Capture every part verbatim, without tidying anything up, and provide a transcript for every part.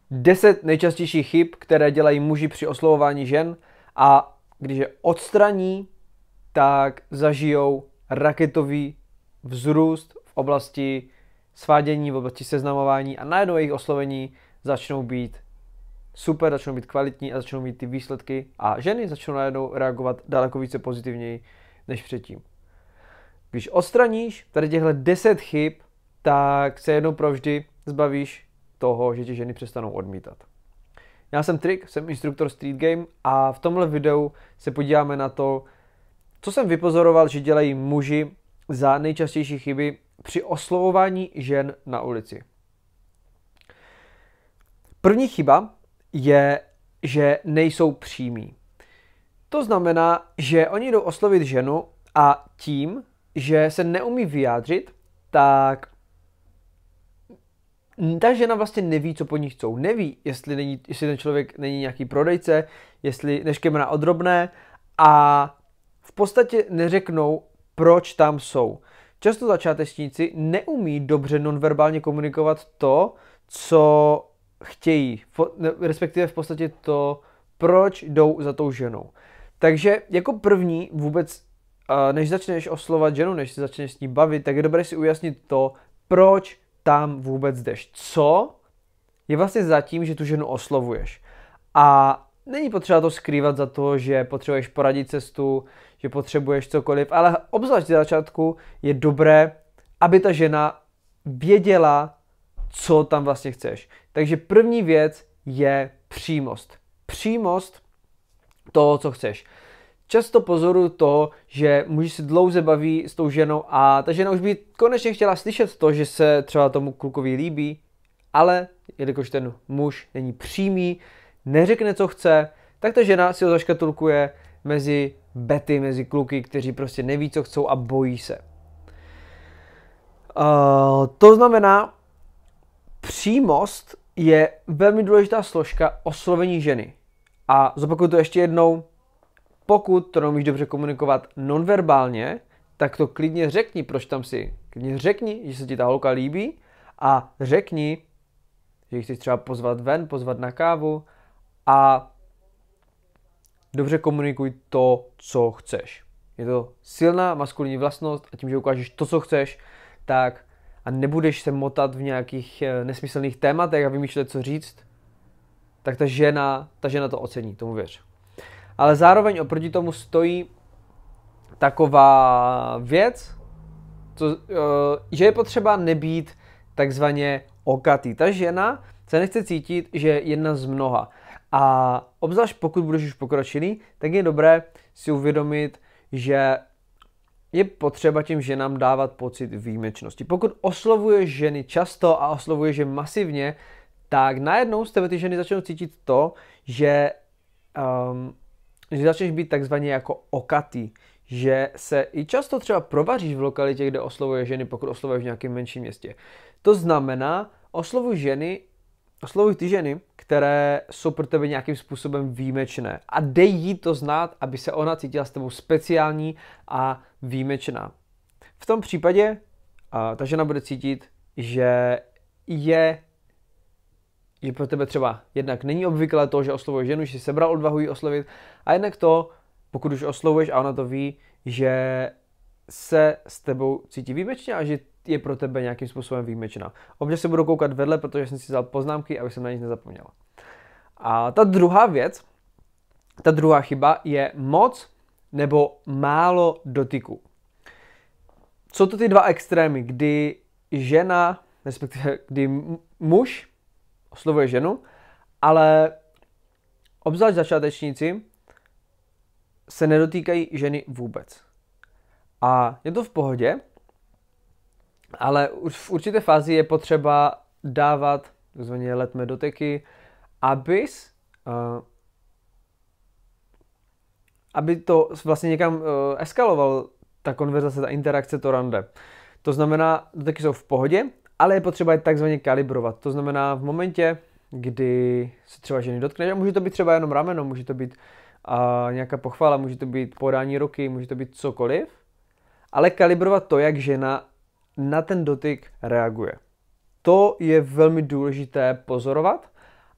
deset nejčastějších chyb, které dělají muži při oslovování žen, a když je odstraní, tak zažijou raketový vzrůst v oblasti svádění, v oblasti seznamování a najednou jejich oslovení začnou být super, začnou být kvalitní a začnou mít ty výsledky a ženy začnou najednou reagovat daleko více pozitivněji než předtím. Když odstraníš tady těchto deset chyb, tak se jednou provždy zbavíš toho, že tě ženy přestanou odmítat. Já jsem Trik, jsem instruktor Street Game a v tomhle videu se podíváme na to, co jsem vypozoroval, že dělají muži za nejčastější chyby při oslovování žen na ulici. První chyba je, že nejsou přímí. To znamená, že oni jdou oslovit ženu a tím, že se neumí vyjádřit, tak ta žena vlastně neví, co po ní chcou. Neví, jestli, není, jestli ten člověk není nějaký prodejce, jestli neškemrá o drobné a v podstatě neřeknou, proč tam jsou. Často začátečníci neumí dobře nonverbálně komunikovat to, co chtějí, respektive v podstatě to, proč jdou za tou ženou. Takže jako první vůbec, než začneš oslovat ženu, než se začneš s ní bavit, tak je dobré si ujasnit to, proč tam vůbec jdeš. Co je vlastně za tím, že tu ženu oslovuješ. A není potřeba to skrývat za to, že potřebuješ poradit cestu, že potřebuješ cokoliv, ale obzvlášť na začátku je dobré, aby ta žena věděla, co tam vlastně chceš. Takže první věc je přímost. Přímost toho, co chceš. Často pozoruju to, že muži se dlouze baví s tou ženou a ta žena už by konečně chtěla slyšet to, že se třeba tomu klukovi líbí, ale jelikož ten muž není přímý, neřekne, co chce, tak ta žena si ho zaškatulkuje mezi bety, mezi kluky, kteří prostě neví, co chcou a bojí se. Uh, to znamená, přímost je velmi důležitá složka oslovení ženy. A zopakuju to ještě jednou, pokud to neumíš dobře komunikovat nonverbálně, tak to klidně řekni, proč tam jsi. Klidně řekni, že se ti ta holka líbí a řekni, že ji chceš třeba pozvat ven, pozvat na kávu a dobře komunikuj to, co chceš. Je to silná maskulinní vlastnost a tím, že ukážeš to, co chceš, tak a nebudeš se motat v nějakých nesmyslných tématech a vymýšlet, co říct, tak ta žena, ta žena to ocení, tomu věř. Ale zároveň oproti tomu stojí taková věc, co, že je potřeba nebýt takzvaně okatý. Ta žena se nechce cítit, že je jedna z mnoha. A obzvlášť pokud budeš už pokročilý, tak je dobré si uvědomit, že je potřeba těm ženám dávat pocit výjimečnosti. Pokud oslovuješ ženy často a oslovuješ je masivně, tak najednou z tebe ty ženy začnou cítit to, že, um, že začneš být takzvaně jako okatý. Že se i často třeba provaříš v lokalitě, kde oslovuješ ženy, pokud oslovuješ v nějakém menším městě. To znamená, oslovuj ženy, oslovuj ty ženy, které jsou pro tebe nějakým způsobem výjimečné. A dej jí to znát, aby se ona cítila s tebou speciální a výjimečná. V tom případě uh, ta žena bude cítit, že je že pro tebe třeba jednak není obvyklé to, že oslovuješ ženu, že jsi sebral odvahu ji oslovit, a jednak to, pokud už oslovuješ a ona to ví, že se s tebou cítí výjimečně a že je pro tebe nějakým způsobem výjimečná. Občas se budu koukat vedle, protože jsem si vzal poznámky, aby jsem na nic nezapomněl. A ta druhá věc, ta druhá chyba je moc nebo málo dotyku. Jsou to ty dva extrémy, kdy žena, respektive kdy muž oslovuje ženu, ale obzvlášť začátečníci se nedotýkají ženy vůbec. A je to v pohodě, ale už v určité fázi je potřeba dávat takzvané letmé doteky, abys, uh, aby to vlastně někam uh, eskaloval ta konverzace, ta interakce, to rande. To znamená, doteky jsou v pohodě, ale je potřeba je takzvaně kalibrovat. To znamená v momentě, kdy se třeba ženy dotkneš, a může to být třeba jenom rameno, může to být uh, nějaká pochvala, může to být podání ruky, může to být cokoliv, ale kalibrovat to, jak žena na ten dotyk reaguje. To je velmi důležité pozorovat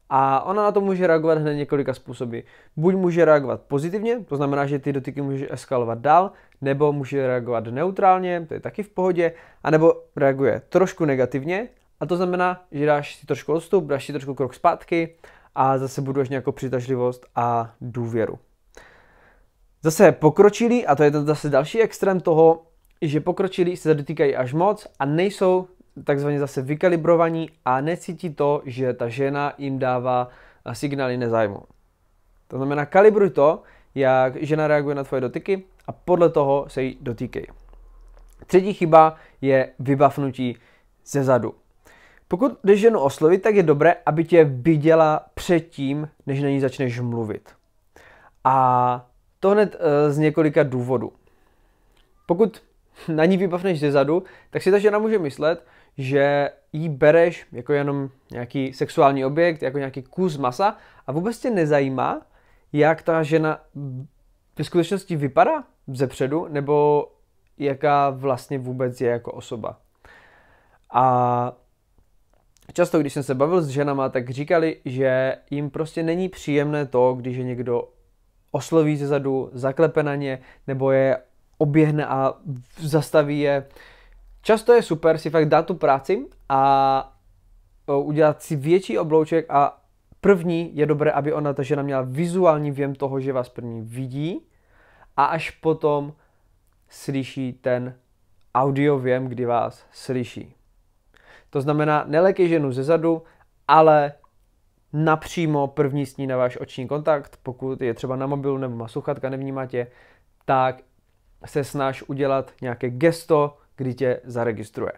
A ona na to může reagovat hned několika způsoby. Buď může reagovat pozitivně, to znamená, že ty dotyky může eskalovat dál, nebo může reagovat neutrálně, to je taky v pohodě, anebo reaguje trošku negativně, a to znamená, že dáš si trošku odstup, dáš si trošku krok zpátky a zase buduješ nějakou přitažlivost a důvěru. Zase pokročilí, a to je to zase další extrém toho, že pokročilí se dotýkají až moc a nejsou takzvaně zase vykalibrovaní a necítí to, že ta žena jim dává signály nezájmu. To znamená, kalibruj to, jak žena reaguje na tvoje dotyky a podle toho se jí dotýkej. Třetí chyba je vybafnutí ze zadu. Pokud jdeš ženu oslovit, tak je dobré, aby tě viděla předtím, než na ní začneš mluvit. A to hned z několika důvodů. Pokud na ní vybavneš ze zadu, tak si ta žena může myslet, že jí bereš jako jenom nějaký sexuální objekt, jako nějaký kus masa a vůbec tě nezajímá, jak ta žena ve skutečnosti vypadá zepředu, nebo jaká vlastně vůbec je jako osoba. A často, když jsem se bavil s ženama, tak říkali, že jim prostě není příjemné to, když je někdo osloví ze zadu, zaklepe na ně, nebo je oběhne a zastaví je. Často je super si fakt dát tu práci a udělat si větší oblouček a první je dobré, aby ona, ta žena, měla vizuální věm toho, že vás první vidí a až potom slyší ten audio věm, kdy vás slyší. To znamená, nelekej ženu ze zadu, ale napřímo první s ní na váš oční kontakt, pokud je třeba na mobilu nebo má sluchátka, nevnímá tě, tak se snaž udělat nějaké gesto, kdy tě zaregistruje.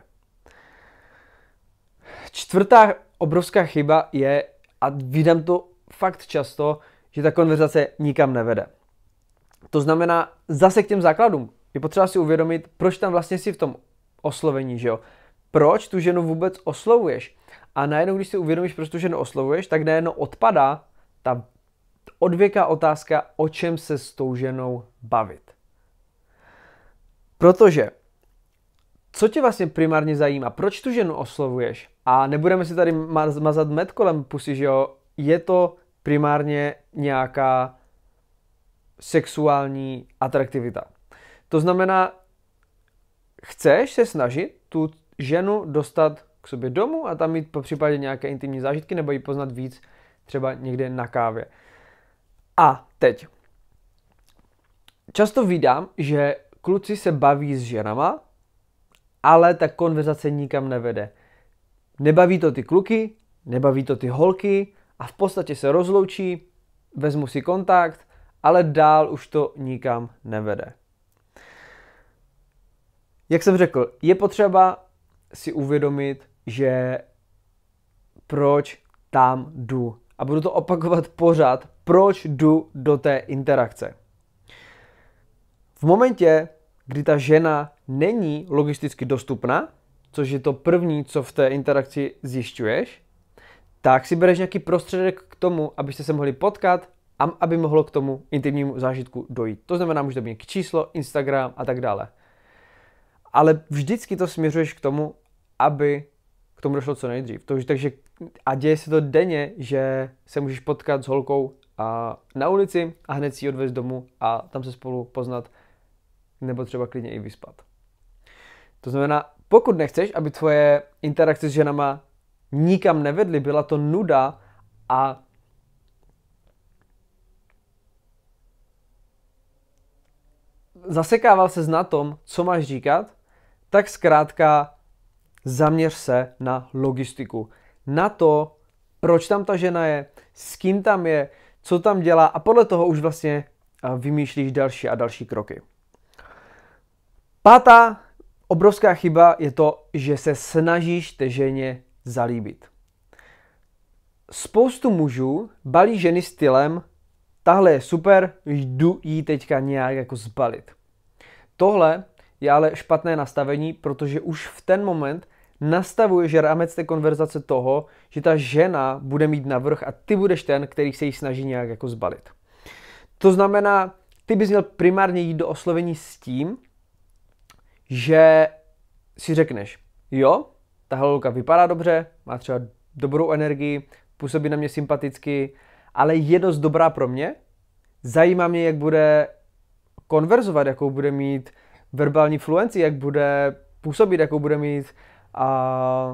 Čtvrtá obrovská chyba je, a vydám to fakt často, že ta konverzace nikam nevede. To znamená, zase k těm základům. Je potřeba si uvědomit, proč tam vlastně jsi v tom oslovení, že jo? Proč tu ženu vůbec oslovuješ? A najednou, když si uvědomíš, proč tu ženu oslovuješ, tak najednou odpadá ta odvěká otázka, o čem se s tou ženou bavit. Protože, co tě vlastně primárně zajímá? Proč tu ženu oslovuješ? A nebudeme si tady mazat med kolem pusy, že jo? Je to primárně nějaká sexuální atraktivita. To znamená, chceš se snažit tu ženu dostat k sobě domů a tam mít po případě nějaké intimní zážitky nebo ji poznat víc třeba někde na kávě. A teď. Často vídám, že kluci se baví s ženama, ale ta konverzace nikam nevede. Nebaví to ty kluky, nebaví to ty holky a v podstatě se rozloučí, vezmu si kontakt, ale dál už to nikam nevede. Jak jsem řekl, je potřeba si uvědomit, že proč tam jdu. A budu to opakovat pořád, proč jdu do té interakce. V momentě, kdy ta žena není logisticky dostupná, což je to první, co v té interakci zjišťuješ, tak si bereš nějaký prostředek k tomu, abyste se mohli potkat a aby mohlo k tomu intimnímu zážitku dojít. To znamená, může to být číslo, Instagram a tak dále. Ale vždycky to směřuješ k tomu, aby k tomu došlo co nejdřív. To, takže, a děje se to denně, že se můžeš potkat s holkou a na ulici a hned si ji odvést domů a tam se spolu poznat nebo třeba klidně i vyspat. To znamená, pokud nechceš, aby tvoje interakce s ženama nikam nevedly, byla to nuda a zasekával ses na tom, co máš říkat, tak zkrátka zaměř se na logistiku. Na to, proč tam ta žena je, s kým tam je, co tam dělá a podle toho už vlastně vymýšlíš další a další kroky. Pátá obrovská chyba je to, že se snažíš té ženě zalíbit. Spoustu mužů balí ženy stylem, tahle je super, jdu jí teďka nějak jako zbalit. Tohle je ale špatné nastavení, protože už v ten moment nastavuješ rámec té konverzace toho, že ta žena bude mít navrch a ty budeš ten, který se jí snaží nějak jako zbalit. To znamená, ty bys měl primárně jít do oslovení s tím, že si řekneš, jo, ta holka vypadá dobře, má třeba dobrou energii, působí na mě sympaticky, ale je dost dobrá pro mě. Zajímá mě, jak bude konverzovat, jakou bude mít verbální fluenci, jak bude působit, jakou bude mít a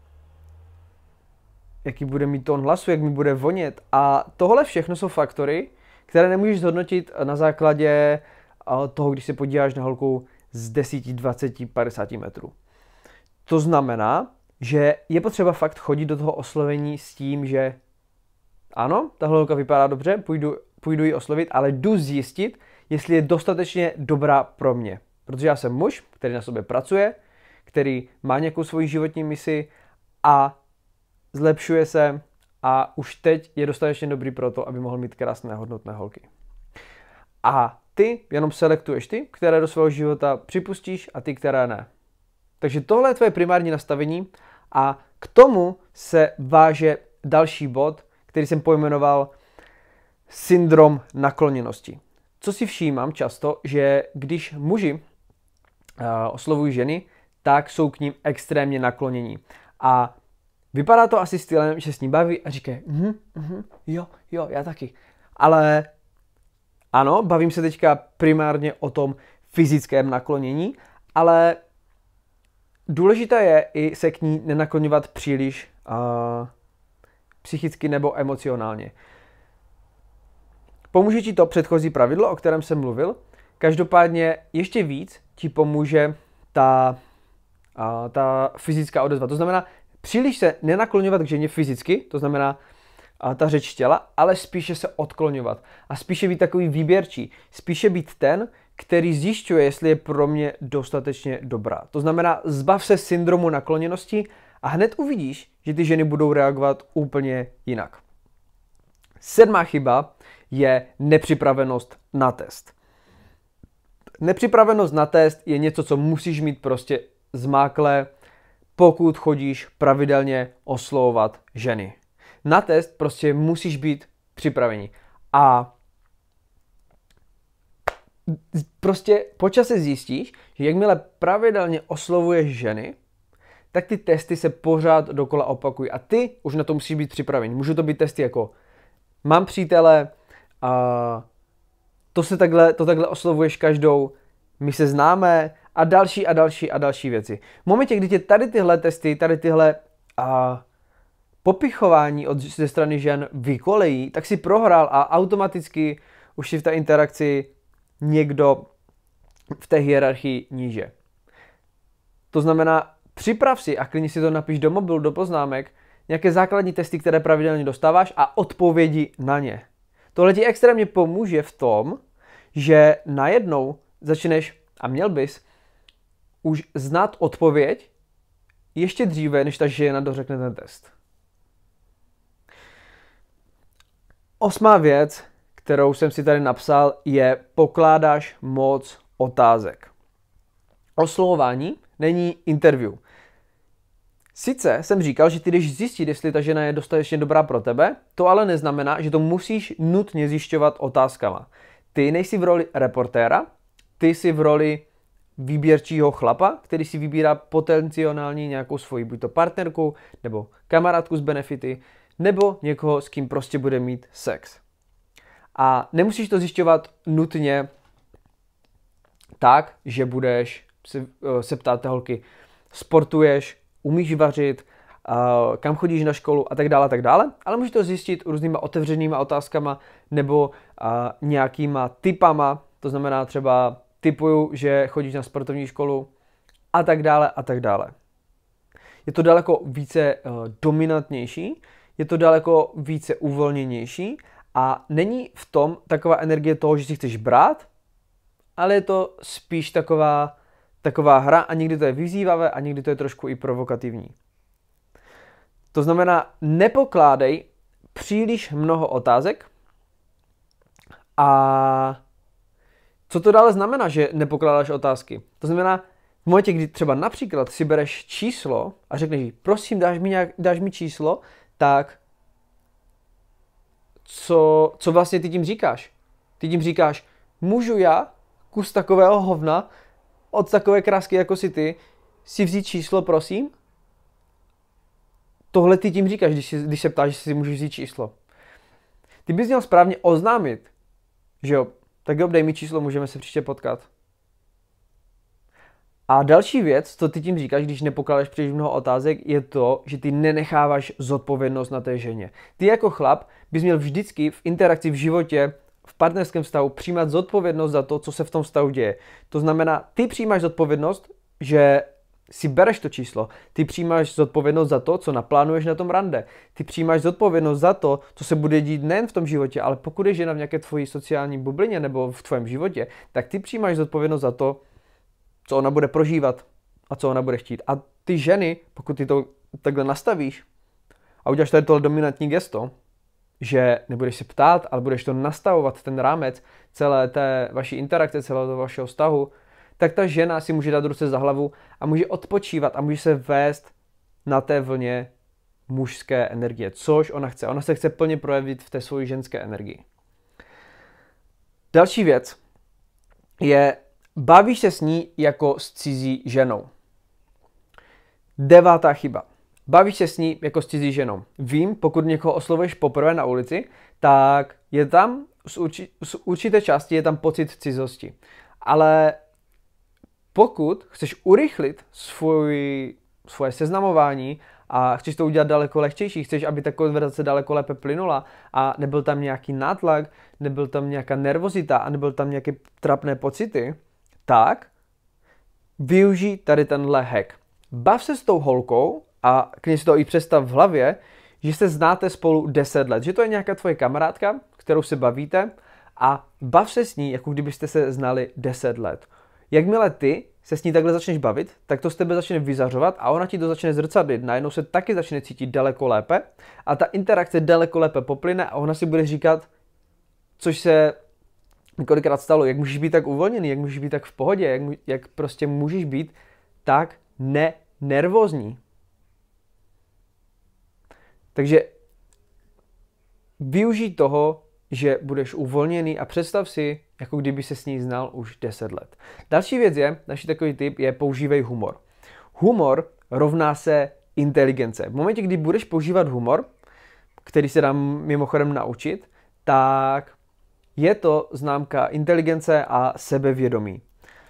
jaký bude mít tón hlasu, jak mi bude vonět. A tohle všechno jsou faktory, které nemůžeš zhodnotit na základě toho, když se podíváš na holku z deset, dvacet, padesát metrů. To znamená, že je potřeba fakt chodit do toho oslovení s tím, že ano, tahle holka vypadá dobře, půjdu, půjdu ji oslovit, ale jdu zjistit, jestli je dostatečně dobrá pro mě. Protože já jsem muž, který na sobě pracuje, který má nějakou svoji životní misi a zlepšuje se a už teď je dostatečně dobrý pro to, aby mohl mít krásné hodnotné holky. A ty jenom selektuješ ty, které do svého života připustíš a ty, které ne. Takže tohle je tvoje primární nastavení a k tomu se váže další bod, který jsem pojmenoval syndrom nakloněnosti. Co si všímám často, že když muži uh, oslovují ženy, tak jsou k ním extrémně naklonění. A vypadá to asi stylem, že s ní baví a říkají, mhm, mhm, jo, jo, já taky. Ale ano, bavím se teďka primárně o tom fyzickém naklonění, ale důležité je i se k ní nenakloňovat příliš uh, psychicky nebo emocionálně. Pomůže ti to předchozí pravidlo, o kterém jsem mluvil. Každopádně ještě víc ti pomůže ta, uh, ta fyzická odezva. To znamená, příliš se nenakloňovat k ženě fyzicky, to znamená uh, ta řeč těla, ale spíše se odkloňovat. A spíše být takový výběrčí. Spíše být ten, který zjišťuje, jestli je pro mě dostatečně dobrá. To znamená, zbav se syndromu nakloněnosti a hned uvidíš, že ty ženy budou reagovat úplně jinak. Sedmá chyba je nepřipravenost na test. Nepřipravenost na test je něco, co musíš mít prostě zmáklé, pokud chodíš pravidelně oslovovat ženy. Na test prostě musíš být připravený. A prostě po čase zjistíš, že jakmile pravidelně oslovuješ ženy, tak ty testy se pořád dokola opakují a ty už na to musíš být připravený. Můžou to být testy jako mám přítele, a to se takhle, to takhle oslovuješ každou, my se známe a další a další a další věci. V momentě, kdy tě tady tyhle testy, tady tyhle a, popichování od, ze strany žen vykolejí, tak si prohrál a automaticky už si v té interakci někdo v té hierarchii níže. To znamená, připrav si a klidně si to napiš do mobilu, do poznámek, nějaké základní testy, které pravidelně dostáváš a odpovědi na ně. Tohle ti extrémně pomůže v tom, že najednou začneš, a měl bys, už znát odpověď ještě dříve, než ta žena dořekne ten test. Osmá věc, kterou jsem si tady napsal, je pokládáš moc otázek. Oslovování není interview. Sice jsem říkal, že ty jdeš zjistit, jestli ta žena je dostatečně dobrá pro tebe, to ale neznamená, že to musíš nutně zjišťovat otázkama. Ty nejsi v roli reportéra, ty jsi v roli výběrčího chlapa, který si vybírá potenciální nějakou svoji buď to partnerku, nebo kamarádku z benefity, nebo někoho, s kým prostě bude mít sex. A nemusíš to zjišťovat nutně tak, že budeš se, se ptát té holky, sportuješ, umíš vařit, uh, kam chodíš na školu a tak dále, a tak dále, ale můžeš to zjistit různýma otevřenýma otázkama nebo uh, nějakýma typama, to znamená třeba typuju, že chodíš na sportovní školu a tak dále a tak dále. Je to daleko více uh, dominantnější, je to daleko více uvolněnější a není v tom taková energie toho, že si chceš brát, ale je to spíš taková taková hra a někdy to je vyzývavé a někdy to je trošku i provokativní. To znamená, nepokládej příliš mnoho otázek a co to dále znamená, že nepokládáš otázky? To znamená, v momentě, kdy třeba například si bereš číslo a řekneš jí, prosím, dáš mi, nějak, dáš mi číslo, tak co, co vlastně ty tím říkáš? Ty tím říkáš, můžu já kus takového hovna od takové krásky jako si ty si vzít číslo, prosím? tohle ty tím říkáš, když, si, když se ptáš, jestli si můžeš vzít číslo. Ty bys měl správně oznámit, že jo, tak jo, dej mi číslo, můžeme se příště potkat. A další věc, co ty tím říkáš, když nepokládáš příliš mnoho otázek, je to, že ty nenecháváš zodpovědnost na té ženě. Ty jako chlap bys měl vždycky v interakci v životě, v partnerském vztahu přijímat zodpovědnost za to, co se v tom vztahu děje. To znamená, ty přijímáš zodpovědnost, že si bereš to číslo. Ty přijímáš zodpovědnost za to, co naplánuješ na tom rande. Ty přijímáš zodpovědnost za to, co se bude dít nejen v tom životě, ale pokud je žena v nějaké tvojí sociální bublině nebo v tvém životě, tak ty přijímáš zodpovědnost za to, co ona bude prožívat a co ona bude chtít. A ty ženy, pokud ty to takhle nastavíš a uděláš tady tohle dominantní gesto, že nebudeš se ptát, ale budeš to nastavovat, ten rámec celé té vaší interakce, celého toho vašeho vztahu, tak ta žena si může dát ruce za hlavu a může odpočívat a může se vést na té vlně mužské energie, což ona chce. Ona se chce plně projevit v té svojí ženské energii. Další věc je, bavíš se s ní jako s cizí ženou. Devátá chyba. Bavíš se s ní jako s cizí ženou. Vím, pokud někoho oslovuješ poprvé na ulici, tak je tam z, urči, z určité části je tam pocit cizosti. Ale pokud chceš urychlit svůj, svoje seznamování a chceš to udělat daleko lehčejší, chceš, aby ta konverzace daleko lépe plynula a nebyl tam nějaký nátlak, nebyl tam nějaká nervozita a nebyl tam nějaké trapné pocity, tak využij tady tenhle hack. Bav se s tou holkou a klidně si to i představ v hlavě, že se znáte spolu deset let, že to je nějaká tvoje kamarádka, kterou se bavíte a bav se s ní, jako kdybyste se znali deset let. Jakmile ty se s ní takhle začneš bavit, tak to z tebe začne vyzařovat a ona ti to začne zrcadlit. Najednou se taky začne cítit daleko lépe a ta interakce daleko lépe poplyne a ona si bude říkat, což se několikrát stalo, jak můžeš být tak uvolněný, jak můžeš být tak v pohodě, jak, jak prostě můžeš být tak nenervózní. Takže využij toho, že budeš uvolněný a představ si, jako kdyby se s ní znal už deset let. Další věc je, další takový tip je používej humor. Humor rovná se inteligence. V momentě, kdy budeš používat humor, který se dá mimochodem naučit, tak je to známka inteligence a sebevědomí.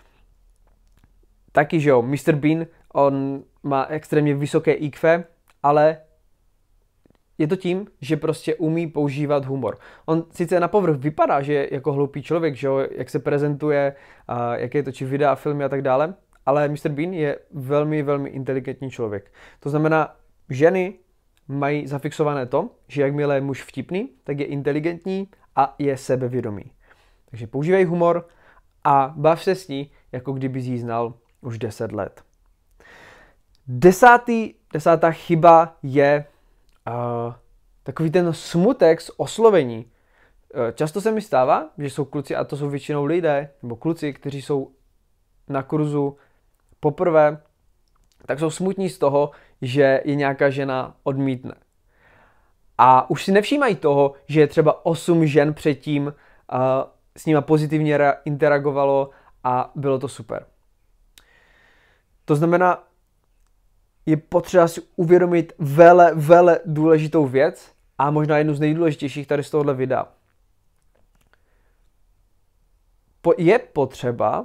Taky, že jo, mister Bean, on má extrémně vysoké í kvé, ale je to tím, že prostě umí používat humor. On sice na povrch vypadá, že je jako hloupý člověk, že jo, jak se prezentuje, a jaké točí videa, filmy a tak dále, ale mister Bean je velmi, velmi inteligentní člověk. To znamená, ženy mají zafixované to, že jakmile je muž vtipný, tak je inteligentní a je sebevědomý. Takže používej humor a bav se s ní, jako kdyby ji znal už deset let. Desátý, desátá chyba je uh, takový ten smutek z oslovení. Uh, často se mi stává, že jsou kluci, a to jsou většinou lidé, nebo kluci, kteří jsou na kurzu poprvé, tak jsou smutní z toho, že je nějaká žena odmítne. A už si nevšímají toho, že je třeba osm žen předtím uh, s nima pozitivně interagovalo a bylo to super. To znamená, je potřeba si uvědomit vele, vele důležitou věc a možná jednu z nejdůležitějších tady z tohohle videa. Po, je potřeba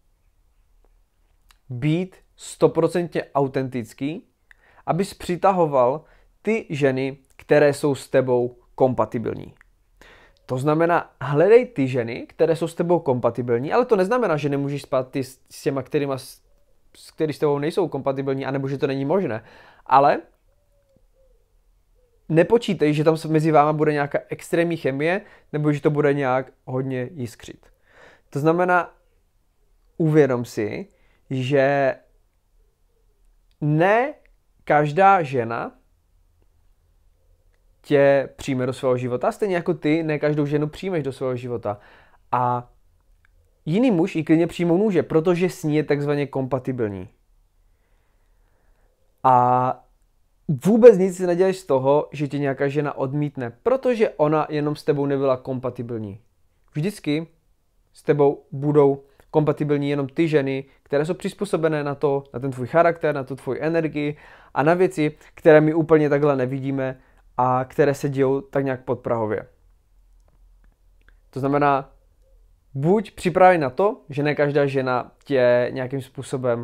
být stoprocentně autentický, abys přitahoval ty ženy, které jsou s tebou kompatibilní. To znamená, hledej ty ženy, které jsou s tebou kompatibilní, ale to neznamená, že nemůžeš spát ty s těma, kterýma, s který s tebou nejsou kompatibilní, anebo že to není možné. Ale nepočítej, že tam mezi váma bude nějaká extrémní chemie, nebo že to bude nějak hodně jiskřit. To znamená, uvědom si, že ne každá žena tě přijme do svého života, stejně jako ty ne každou ženu přijmeš do svého života. A jiný muž ji klidně přijmout může, protože s ní je takzvaně kompatibilní. A vůbec nic si nedělej z toho, že tě nějaká žena odmítne, protože ona jenom s tebou nebyla kompatibilní. Vždycky s tebou budou kompatibilní jenom ty ženy, které jsou přizpůsobené na to, na ten tvůj charakter, na tu tvoji energii a na věci, které my úplně takhle nevidíme a které se dějou tak nějak podprahově. To znamená, buď připravený na to, že ne každá žena tě nějakým způsobem uh,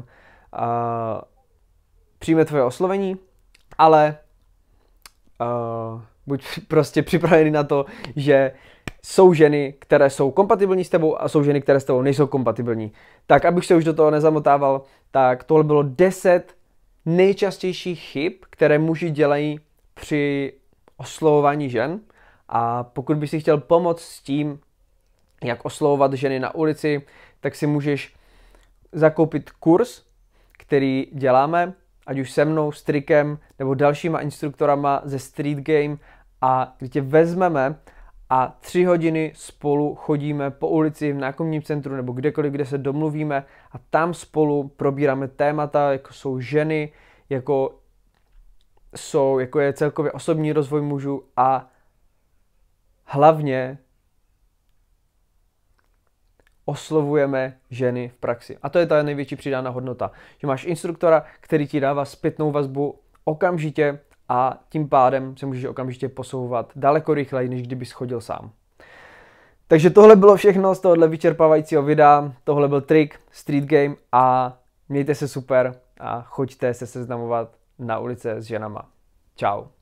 přijme tvoje oslovení, ale uh, buď prostě připravený na to, že jsou ženy, které jsou kompatibilní s tebou a jsou ženy, které s tebou nejsou kompatibilní. Tak, abych se už do toho nezamotával, tak tohle bylo deset nejčastějších chyb, které muži dělají při oslovování žen. A pokud bys si chtěl pomoct s tím, jak oslovovat ženy na ulici, tak si můžeš zakoupit kurz, který děláme, ať už se mnou, s Trikem, nebo dalšíma instruktorama ze Street Game, a kdy tě vezmeme a tři hodiny spolu chodíme po ulici v nákupním centru nebo kdekoliv, kde se domluvíme, a tam spolu probíráme témata, jako jsou ženy, jako, jsou, jako je celkově osobní rozvoj mužů a hlavně oslovujeme ženy v praxi. A to je ta největší přidána hodnota, že máš instruktora, který ti dává zpětnou vazbu okamžitě a tím pádem se můžeš okamžitě posouvat daleko rychleji, než kdybys chodil sám. Takže tohle bylo všechno z tohohle vyčerpávajícího videa. Tohle byl Trik, Street Game a mějte se super a choďte se seznamovat na ulice s ženama. Čau.